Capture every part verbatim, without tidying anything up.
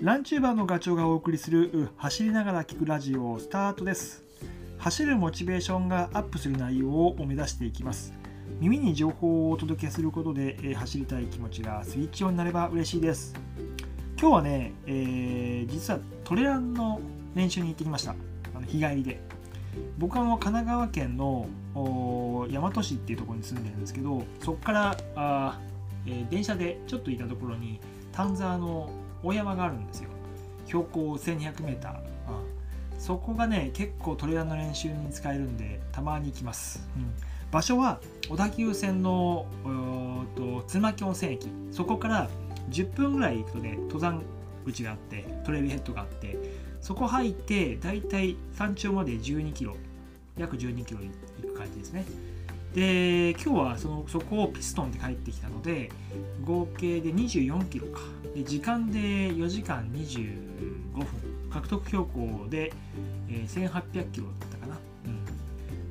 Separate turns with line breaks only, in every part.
ランチューバーのガチョウがお送りする走りながら聞くラジオスタートです。走るモチベーションがアップする内容を目指していきます。耳に情報をお届けすることで走りたい気持ちがスイッチオンになれば嬉しいです。今日はね、えー、実はトレランの練習に行ってきました。あの日帰りで。僕はあの神奈川県の大和市っていうところに住んでるんですけど、そこからあ、えー、電車でちょっと行ったところに丹沢の大山があるんですよ。標高せんにひゃくメーター、うん、そこがね結構トレランの練習に使えるんでたまに行きます、うん、場所は小田急線の鶴巻温泉駅、そこからじゅっぷんぐらい行くとね登山口があってトレイルヘッドがあって、そこ入ってだいたい山頂までじゅうにキロ、約じゅうにキロ行く感じですね。で今日はそのそこをピストンで帰ってきたので合計でにじゅうよんキロかで、時間でよじかんにじゅうごふん、獲得標高で、えー、せんはっぴゃくキロだったかな、うん、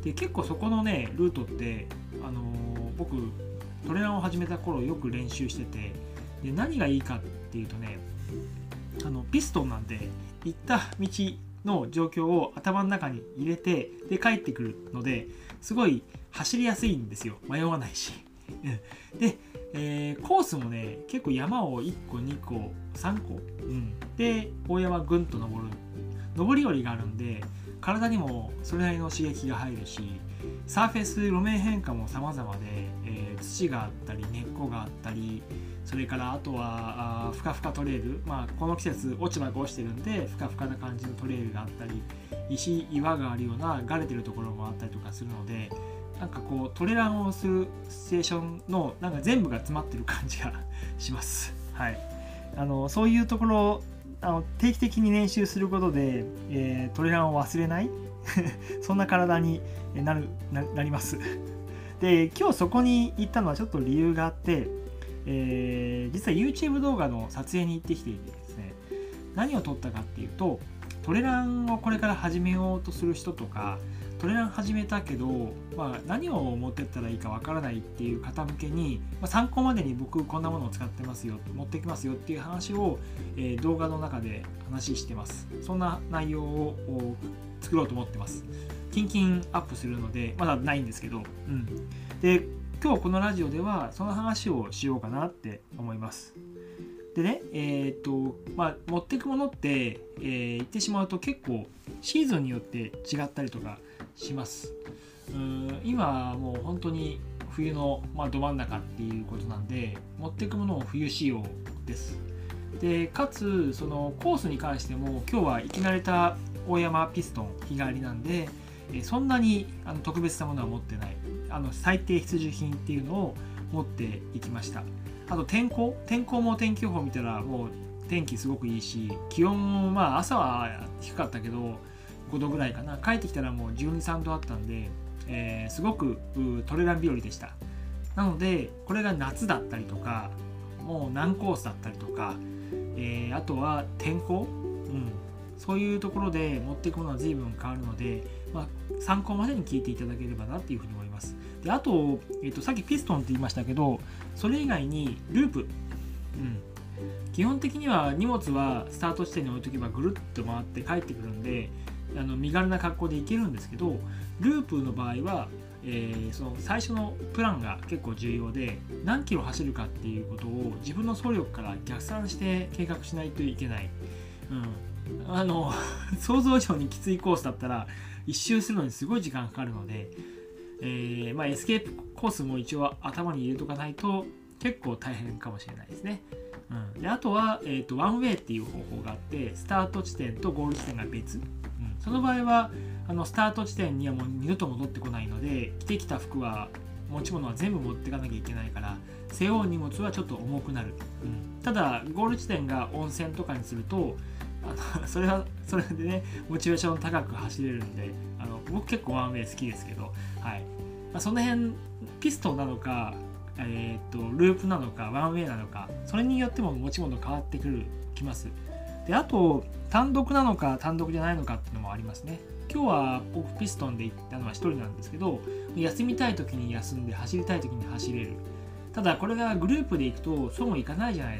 で結構そこのねルートって、あのー、僕トレランを始めた頃よく練習してて、で何がいいかっていうとね、あのピストンなんで行った道の状況を頭の中に入れてで帰ってくるのですごい走りやすいんですよ。迷わないしで、えー、コースもね結構山をいっこにこさんこ、うん、で大山ぐんと登る登り降りがあるんで体にもそれなりの刺激が入るし、サーフェス路面変化も様々で、えー、土があったり根っこがあったり、それからあとはあふかふかトレイル、まあこの季節落ち葉が落ちてるんでふかふかな感じのトレイルがあったり、石岩があるようながれてるところもあったりとかするので、なんかこうトレランをするシチュエーションのなんか全部が詰まってる感じがします。はい、あのそういうところあの定期的に練習することで、えー、トレランを忘れないそんな体になる な, なります。で今日そこに行ったのはちょっと理由があって、えー、実は YouTube 動画の撮影に行ってきていてですね、何を撮ったかっていうと、トレランをこれから始めようとする人とか、トレラン始めたけど、まあ、何を持ってったらいいかわからないっていう方向けに、まあ、参考までに僕こんなものを使ってますよ、持ってきますよっていう話を、えー、動画の中で話してます。そんな内容を作ろうと思ってます。キンキンアップするのでまだないんですけど、うん、で今日このラジオではその話をしようかなって思います。でね、えーっとまあ、持っていくものって、えー、言ってしまうと結構シーズンによって違ったりとかします。うーん今もう本当に冬の、まあ、ど真ん中っていうことなんで、持っていくものも冬仕様です。でかつそのコースに関しても今日は行き慣れた大山ピストン日帰りなんで、えそんなにあの特別なものは持ってない、あの最低必需品っていうのを持っていきました。あと天候天候も天気予報見たらもう天気すごくいいし、気温もまあ朝は低かったけどごどぐらいかな、帰ってきたらもうじゅうに、さんどあったんで、えー、すごくトレラン日和でした。なのでこれが夏だったりとかもう難コースだったりとか、えー、あとは天候、うん、そういうところで持っていくものは随分変わるので、まあ、参考までに聞いていただければなっていうふうに思います。であと、えーと、さっきピストンって言いましたけど、それ以外にループ、うん、基本的には荷物はスタート地点に置いとけばぐるっと回って帰ってくるんで、あの身軽な格好で行けるんですけど、ループの場合は、えー、その最初のプランが結構重要で、何キロ走るかっていうことを自分の走力から逆算して計画しないといけない、うん、あの想像以上にきついコースだったら一周するのにすごい時間かかるので、えーまあ、エスケープコースも一応頭に入れとかないと結構大変かもしれないですね。うん、であとは、えーと、ワンウェイっていう方法があって、スタート地点とゴール地点が別、うん、その場合はあのスタート地点にはもう二度と戻ってこないので、着てきた服は持ち物は全部持っていかなきゃいけないから、背負う荷物はちょっと重くなる、うん、ただゴール地点が温泉とかにするとあのそれはそれでねモチベーション高く走れるんで、あの僕結構ワンウェイ好きですけど、はいまあ、その辺ピストンなのか、えー、とループなのかワンウェイなのか、それによっても持ち物変わってくるきます。であと単独なのか単独じゃないのかっていうのもありますね。今日は僕ピストンで行ったのは一人なんですけど、休みたい時に休んで走りたい時に走れる。ただこれがグループで行くとそうもいかないじゃないですか。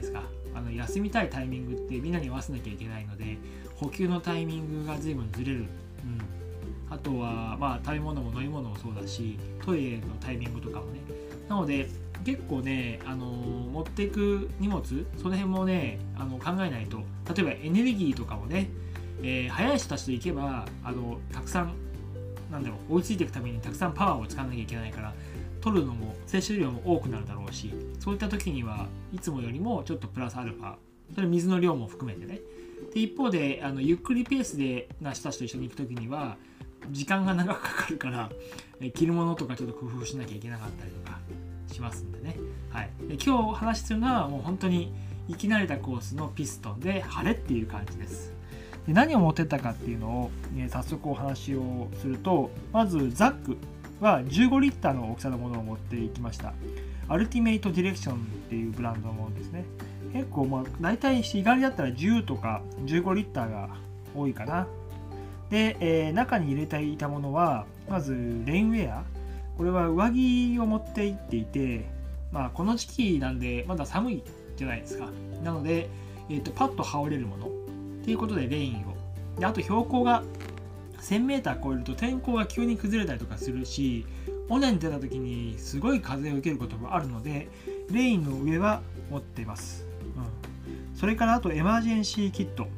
あの休みたいタイミングってみんなに合わせなきゃいけないので、補給のタイミングが随分ずれる、うん、あとはまあ食べ物も飲み物もそうだし、トイレのタイミングとかもね。なので結構ね、あのー、持っていく荷物、その辺もね、あの考えないと。例えばエネルギーとかもね、えー、早い人たちと行けばあのたくさんなんだろう追いついていくためにたくさんパワーを使わなきゃいけないから、取るのも摂取量も多くなるだろうし、そういった時にはいつもよりもちょっとプラスアルファ、それ水の量も含めてね。で一方であのゆっくりペースでな人たちと一緒に行く時には時間が長くかかるから、え着るものとかちょっと工夫しなきゃいけなかったりとかしますんでね。はい、で今日お話しするのはもう本当に行き慣れたコースのピストンで晴れっていう感じです。で何を持ってったかっていうのを、ね、早速お話をすると、まずザックはじゅうごリッターの大きさのものを持っていきました。アルティメイトディレクションっていうブランドのものですね。結構まあ大体日帰りだったらじゅうとかじゅうごリッターが多いかな。で、えー、中に入れていたものはまずレインウェア、これは上着を持って行っていて、まあこの時期なんでまだ寒いじゃないですか。なので、えーと、パッと羽織れるものということでレインを。であと標高がせんメーター超えると天候が急に崩れたりとかするし、尾根に出た時にすごい風を受けることもあるので、レインの上は持っています。うん、それからあとエマージェンシーキット、うん、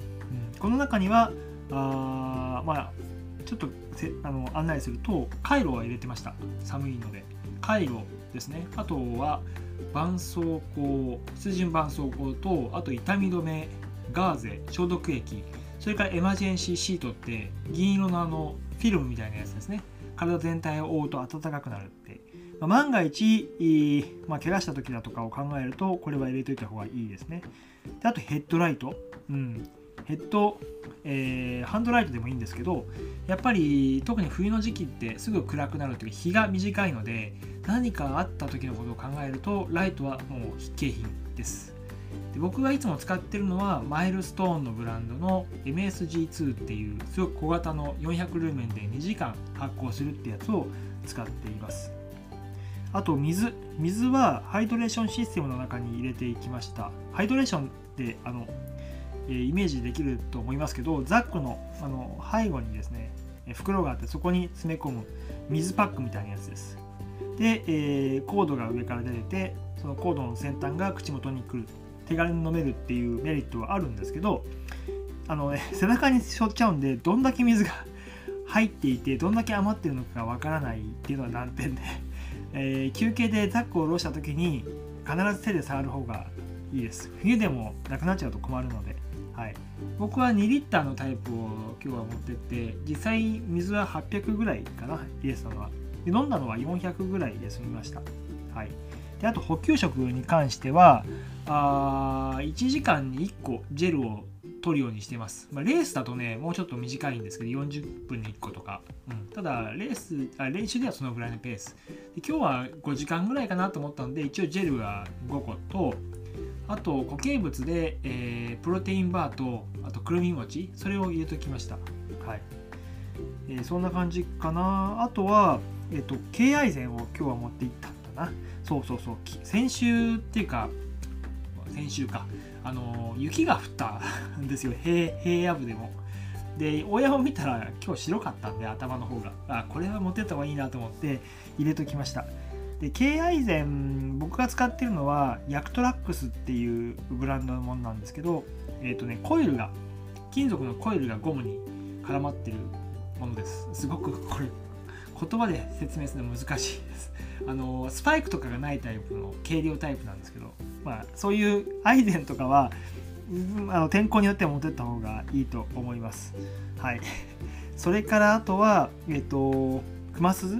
この中にはあまあちょっとせあの案内するとカイロは入れてました。寒いのでカイロですね。あとは絆創膏、湿潤絆創膏と、あと痛み止め、ガーゼ、消毒液、それからエマージェンシーシートって銀色のあのフィルムみたいなやつですね。体全体を覆うと暖かくなるって、まあ、万が一、まあ、怪我した時だとかを考えるとこれは入れといた方がいいですね。であとヘッドライト、うん、ヘッド、えー、ハンドライトでもいいんですけど、やっぱり特に冬の時期ってすぐ暗くなるというか日が短いので、何かあった時のことを考えるとライトはもう必携品です。で僕がいつも使ってるのはマイルストーンのブランドの エムエスジーツー っていうすごく小型のよんひゃくルーメンでにじかん発光するってやつを使っています。あと水水はハイドレーションシステムの中に入れていきました。ハイドレーションってあのイメージできると思いますけど、ザックのあの背後にですね袋があって、そこに詰め込む水パックみたいなやつです。で、えー、コードが上から出てて、そのコードの先端が口元に来る、手軽に飲めるっていうメリットはあるんですけど、あの、ね、背中に背負っちゃうんで、どんだけ水が入っていてどんだけ余ってるのかがわからないっていうのは難点で、えー、休憩でザックを下ろした時に必ず手で触る方がいいです。冬でもなくなっちゃうと困るので、はい、僕はにリッターのタイプを今日は持ってって、実際水ははっぴゃくぐらいかな、入れてたのは。で飲んだのはよんひゃくぐらいで済みました。はい、であと補給食に関してはあいちじかんにいっこジェルを取るようにしてます。まあ、レースだとねもうちょっと短いんですけどよんじゅっぷんにいっことか、うん、ただレースあ練習ではそのぐらいのペースで、今日はごじかんぐらいかなと思ったんで、一応ジェルはごこと、あと固形物で、えー、プロテインバーとあとくるみ餅、それを入れておきました。はい、えー、そんな感じかな。あとはえっと、敬愛膳を今日は持っていったんだな。そうそうそう。先週っていうか、先週か。あの、雪が降ったんですよ。平、平野部でも。で、親を見たら今日白かったんで、頭の方が。あ、これは持ってった方がいいなと思って入れときました。で、敬愛膳、僕が使ってるのは、ヤクトラックスっていうブランドのものなんですけど、えっとね、コイルが、金属のコイルがゴムに絡まってるものです。すごくこれ、言葉で説明するの難しいです。あのスパイクとかがないタイプの軽量タイプなんですけど、まあ、そういうアイゼンとかはあの天候によっては持ってった方がいいと思います。はい、それからあとはえっと熊鈴、うん、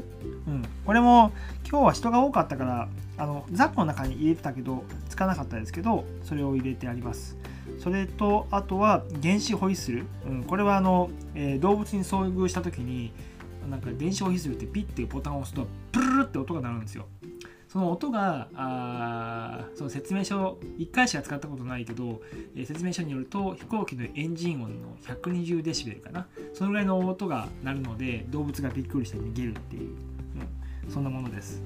これも今日は人が多かったからあのザックの中に入れてたけどつかなかったですけど、それを入れてあります。それとあとは原子ホイッスル、うん、これはあの、えー、動物に遭遇した時になんか電子ホイッスルってピッてボタンを押すとプルルって音が鳴るんですよ。その音があその説明書いっかいしか使ったことないけど、えー、説明書によると飛行機のエンジン音のひゃくにじゅうデシベルかな、そのぐらいの音が鳴るので動物がびっくりして逃げるっていう、うん、そんなものです。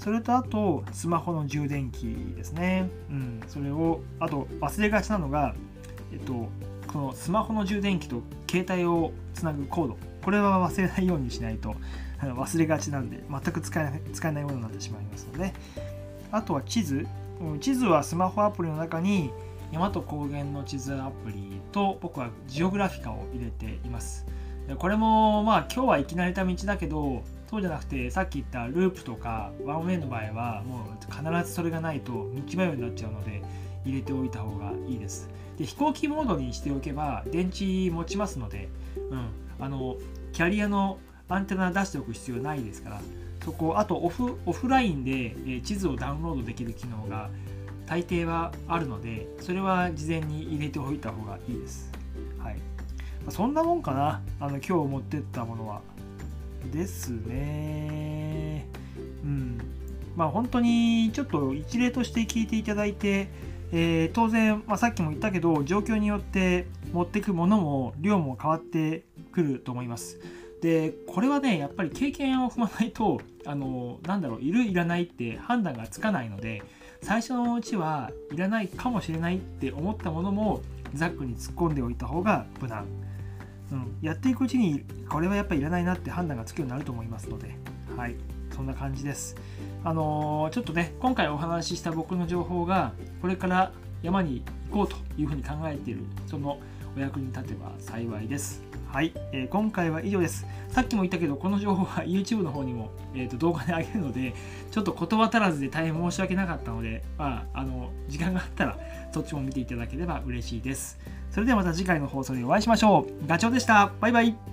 それとあとスマホの充電器ですね。うん、それをあと忘れがちなのが、えっと、このスマホの充電器と携帯をつなぐコード、これは忘れないようにしないと忘れがちなんで全く使えない、使えないものになってしまいますので。あとは地図。地図はスマホアプリの中に山と高原の地図アプリと僕はジオグラフィカを入れています。これもまあ今日は行き慣れた道だけど、そうじゃなくてさっき言ったループとかワンウェイの場合はもう必ずそれがないと道迷いになっちゃうので入れておいた方がいいです。で、飛行機モードにしておけば電池持ちますので、うん、あのキャリアのアンテナ出しておく必要ないですから、そこあとオフ、オフラインで地図をダウンロードできる機能が大抵はあるので、それは事前に入れておいた方がいいです。はい、そんなもんかな、あの今日持ってったものはですね。うん、まあ本当にちょっと一例として聞いていただいて、えー、当然、まあ、さっきも言ったけど状況によって持ってくものも量も変わってくると思います。で、これはねやっぱり経験を踏まないとあのなんだろういるいらないって判断がつかないので、最初のうちはいらないかもしれないって思ったものもザックに突っ込んでおいた方が無難。うん、やっていくうちにこれはやっぱりいらないなって判断がつくようになると思いますので、はい、そんな感じです。あのー、ちょっとね今回お話しした僕の情報がこれから山に行こうというふうに考えている人のお役に立てば幸いです。はい、えー、今回は以上です。さっきも言ったけどこの情報は YouTube の方にも、えー、と動画で上げるのでちょっと言葉足らずで大変申し訳なかったので、まあ、あの時間があったらそっちも見ていただければ嬉しいです。それではまた次回の放送でお会いしましょう。ガチョウでした。バイバイ。